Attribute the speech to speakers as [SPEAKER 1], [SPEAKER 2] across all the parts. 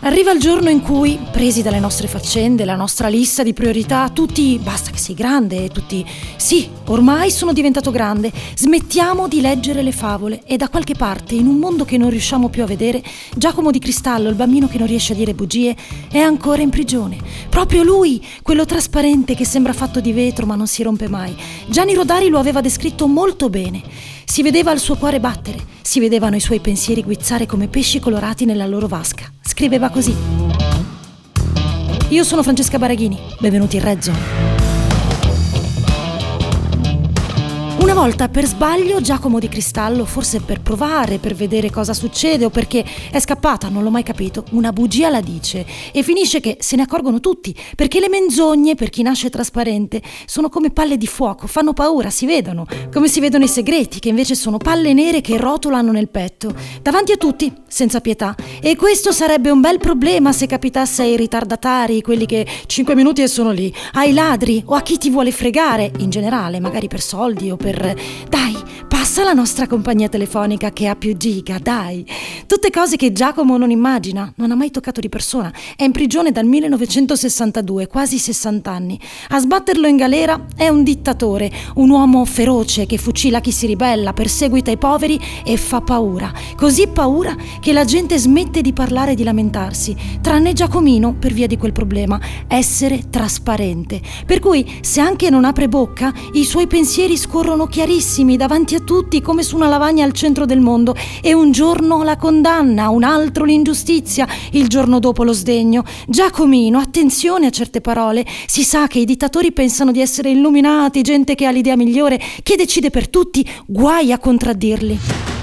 [SPEAKER 1] Arriva il giorno in cui, presi dalle nostre faccende, la nostra lista di priorità, tutti, basta che sei grande, tutti, sì, ormai sono diventato grande, smettiamo di leggere le favole e da qualche parte, in un mondo che non riusciamo più a vedere, Giacomo di Cristallo, il bambino che non riesce a dire bugie, è ancora in prigione. Proprio lui, quello trasparente che sembra fatto di vetro ma non si rompe mai. Gianni Rodari lo aveva descritto molto bene. Si vedeva il suo cuore battere, si vedevano i suoi pensieri guizzare come pesci colorati nella loro vasca. Scriveva così: io sono Francesca Baraghini, benvenuti in Red Zone. Una volta per sbaglio Giacomo di Cristallo, forse per provare, per vedere cosa succede o perché è scappata, non l'ho mai capito, una bugia la dice e finisce che se ne accorgono tutti, perché le menzogne, per chi nasce trasparente, sono come palle di fuoco, fanno paura, si vedono, come si vedono i segreti, che invece sono palle nere che rotolano nel petto, davanti a tutti, senza pietà. E questo sarebbe un bel problema se capitasse ai ritardatari, quelli che 5 minuti e sono lì, ai ladri o a chi ti vuole fregare, in generale, magari per soldi o per... Dai, passa la nostra compagnia telefonica che ha più giga, dai. Tutte cose che Giacomo non immagina, non ha mai toccato di persona. È in prigione dal 1962, quasi 60 anni. A sbatterlo in galera è un dittatore, un uomo feroce che fucila chi si ribella, perseguita i poveri e fa paura. Così paura che la gente smette di parlare e di lamentarsi, tranne Giacomino per via di quel problema, essere trasparente. Per cui, se anche non apre bocca, i suoi pensieri scorrono chiarissimi davanti a tutti come su una lavagna al centro del mondo, e un giorno la condanna, un altro l'ingiustizia, il giorno dopo lo sdegno. Giacomino, attenzione a certe parole, si sa che i dittatori pensano di essere illuminati, gente che ha l'idea migliore, che decide per tutti, guai a contraddirli.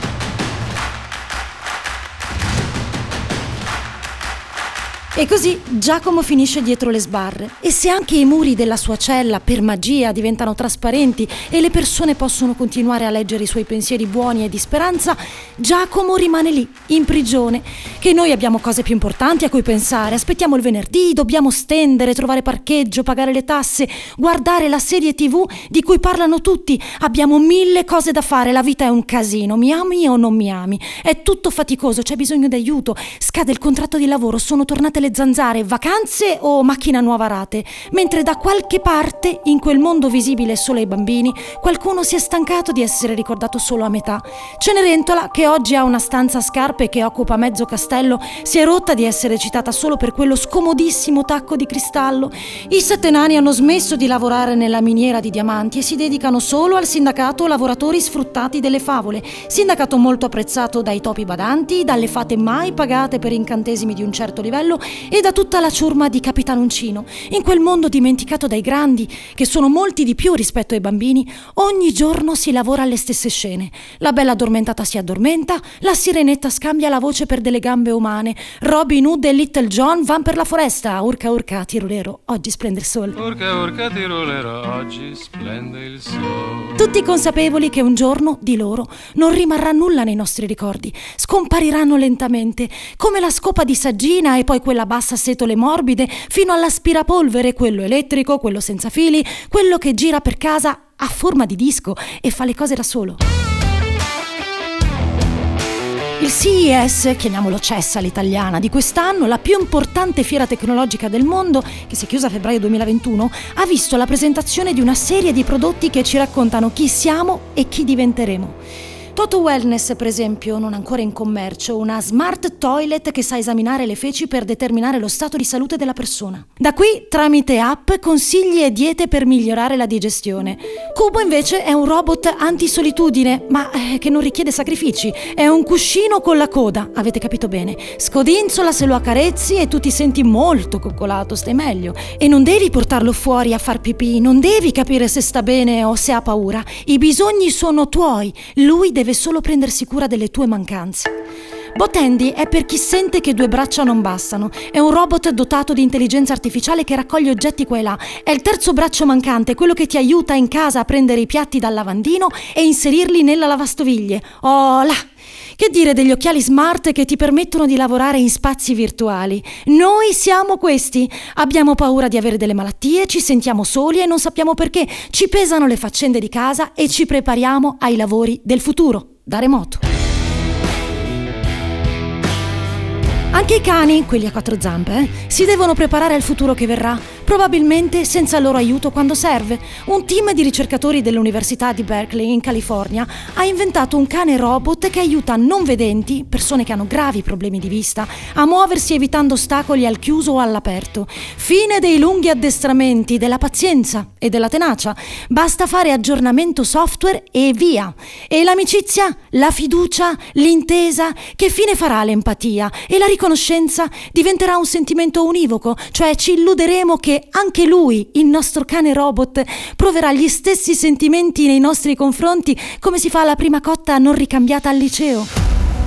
[SPEAKER 1] E così Giacomo finisce dietro le sbarre. E se anche i muri della sua cella per magia diventano trasparenti e le persone possono continuare a leggere i suoi pensieri buoni e di speranza, Giacomo rimane lì, in prigione, che noi abbiamo cose più importanti a cui pensare. Aspettiamo il venerdì, dobbiamo stendere, trovare parcheggio, pagare le tasse, guardare la serie TV di cui parlano tutti. Abbiamo 1000 cose da fare, la vita è un casino, mi ami o non mi ami? È tutto faticoso, c'è bisogno di aiuto, scade il contratto di lavoro, sono tornate le zanzare, vacanze o macchina nuova a rate, mentre da qualche parte, in quel mondo visibile solo ai bambini, qualcuno si è stancato di essere ricordato solo a metà. Cenerentola, che oggi ha una stanza a scarpe che occupa mezzo castello, si è rotta di essere citata solo per quello scomodissimo tacco di cristallo. I 7 nani hanno smesso di lavorare nella miniera di diamanti e si dedicano solo al sindacato lavoratori sfruttati delle favole, sindacato molto apprezzato dai topi badanti, dalle fate mai pagate per incantesimi di un certo livello e da tutta la ciurma di Capitano Uncino. In quel mondo dimenticato dai grandi, che sono molti di più rispetto ai bambini, ogni giorno si lavora alle stesse scene. La bella addormentata si addormenta, la sirenetta scambia la voce per delle gambe umane, Robin Hood e Little John van per la foresta. Urca urca tirolero, oggi splende il sole.
[SPEAKER 2] Urca urca tirolero, oggi splende il sole.
[SPEAKER 1] Tutti consapevoli che un giorno di loro non rimarrà nulla nei nostri ricordi, scompariranno lentamente, come la scopa di saggina e poi quella bassa a setole morbide, fino all'aspirapolvere, quello elettrico, quello senza fili, quello che gira per casa a forma di disco e fa le cose da solo. Il CES, chiamiamolo CES all'italiana, di quest'anno, la più importante fiera tecnologica del mondo, che si è chiusa a febbraio 2021, ha visto la presentazione di una serie di prodotti che ci raccontano chi siamo e chi diventeremo. Toto Wellness, per esempio, non ancora in commercio, una smart toilet che sa esaminare le feci per determinare lo stato di salute della persona. Da qui, tramite app, consigli e diete per migliorare la digestione. Cubo invece è un robot antisolitudine, ma che non richiede sacrifici. È un cuscino con la coda, avete capito bene. Scodinzola se lo accarezzi e tu ti senti molto coccolato, stai meglio. E non devi portarlo fuori a far pipì, non devi capire se sta bene o se ha paura. I bisogni sono tuoi, lui deve solo prendersi cura delle tue mancanze. Botendi è per chi sente che 2 braccia non bastano. È un robot dotato di intelligenza artificiale che raccoglie oggetti qua e là. È il terzo braccio mancante, quello che ti aiuta in casa a prendere i piatti dal lavandino e inserirli nella lavastoviglie. Oh là! Che dire degli occhiali smart che ti permettono di lavorare in spazi virtuali? Noi siamo questi. Abbiamo paura di avere delle malattie, ci sentiamo soli e non sappiamo perché. Ci pesano le faccende di casa e ci prepariamo ai lavori del futuro, da remoto. Anche i cani, quelli a quattro zampe, si devono preparare al futuro che verrà, probabilmente senza il loro aiuto quando serve. Un team di ricercatori dell'Università di Berkeley in California ha inventato un cane robot che aiuta non vedenti, persone che hanno gravi problemi di vista, a muoversi evitando ostacoli al chiuso o all'aperto. Fine dei lunghi addestramenti, della pazienza e della tenacia. Basta fare aggiornamento software e via. E l'amicizia, la fiducia, l'intesa, che fine farà l'empatia e la riconoscenza? Diventerà un sentimento univoco, cioè ci illuderemo che anche lui, il nostro cane robot, proverà gli stessi sentimenti nei nostri confronti come si fa alla prima cotta non ricambiata al liceo.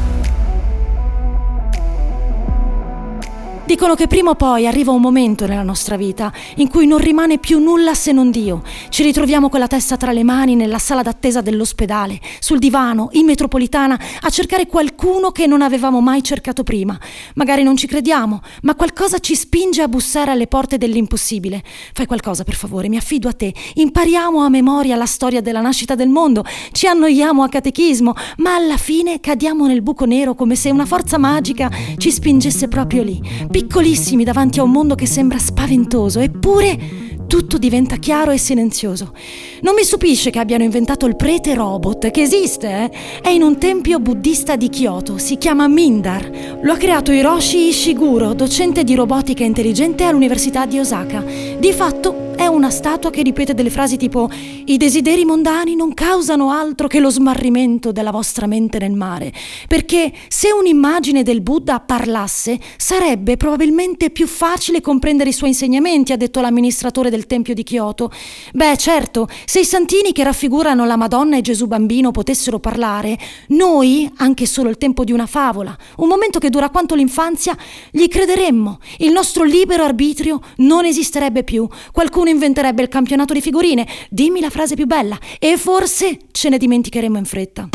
[SPEAKER 1] Dicono che prima o poi arriva un momento nella nostra vita in cui non rimane più nulla se non Dio. Ci ritroviamo con la testa tra le mani nella sala d'attesa dell'ospedale, sul divano, in metropolitana, a cercare qualcuno che non avevamo mai cercato prima. Magari non ci crediamo, ma qualcosa ci spinge a bussare alle porte dell'impossibile. Fai qualcosa, per favore, mi affido a te. Impariamo a memoria la storia della nascita del mondo, ci annoiamo a catechismo, ma alla fine cadiamo nel buco nero come se una forza magica ci spingesse proprio lì. Piccolissimi davanti a un mondo che sembra spaventoso, eppure tutto diventa chiaro e silenzioso. Non mi stupisce che abbiano inventato il prete robot, che esiste, È in un tempio buddista di Kyoto, si chiama Mindar. Lo ha creato Hiroshi Ishiguro, docente di robotica intelligente all'Università di Osaka. Di fatto è una statua che ripete delle frasi tipo: i desideri mondani non causano altro che lo smarrimento della vostra mente nel mare. Perché se un'immagine del Buddha parlasse, sarebbe probabilmente più facile comprendere i suoi insegnamenti, ha detto l'amministratore del tempio di Kyoto. Beh, certo, se i santini che raffigurano la Madonna e Gesù bambino potessero parlare, noi, anche solo il tempo di una favola, un momento che dura quanto l'infanzia, gli crederemmo. Il nostro libero arbitrio non esisterebbe più. Qualcuno inventerebbe il campionato di figurine, dimmi la frase più bella, e forse ce ne dimenticheremo in fretta.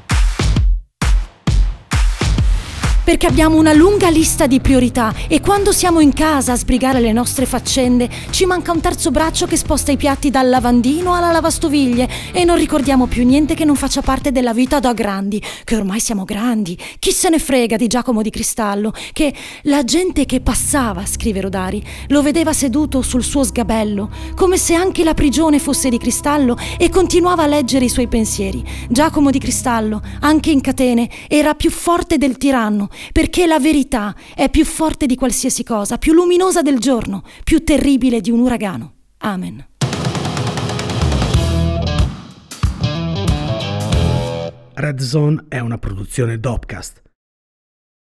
[SPEAKER 1] Perché abbiamo una lunga lista di priorità e quando siamo in casa a sbrigare le nostre faccende ci manca un terzo braccio che sposta i piatti dal lavandino alla lavastoviglie e non ricordiamo più niente che non faccia parte della vita da grandi, che ormai siamo grandi. Chi se ne frega di Giacomo di Cristallo, che la gente che passava, scrive Rodari, lo vedeva seduto sul suo sgabello, come se anche la prigione fosse di cristallo, e continuava a leggere i suoi pensieri. Giacomo di Cristallo, anche in catene, era più forte del tiranno, perché la verità è più forte di qualsiasi cosa, più luminosa del giorno, più terribile di un uragano. Amen.
[SPEAKER 3] Red Zone è una produzione Dopcast.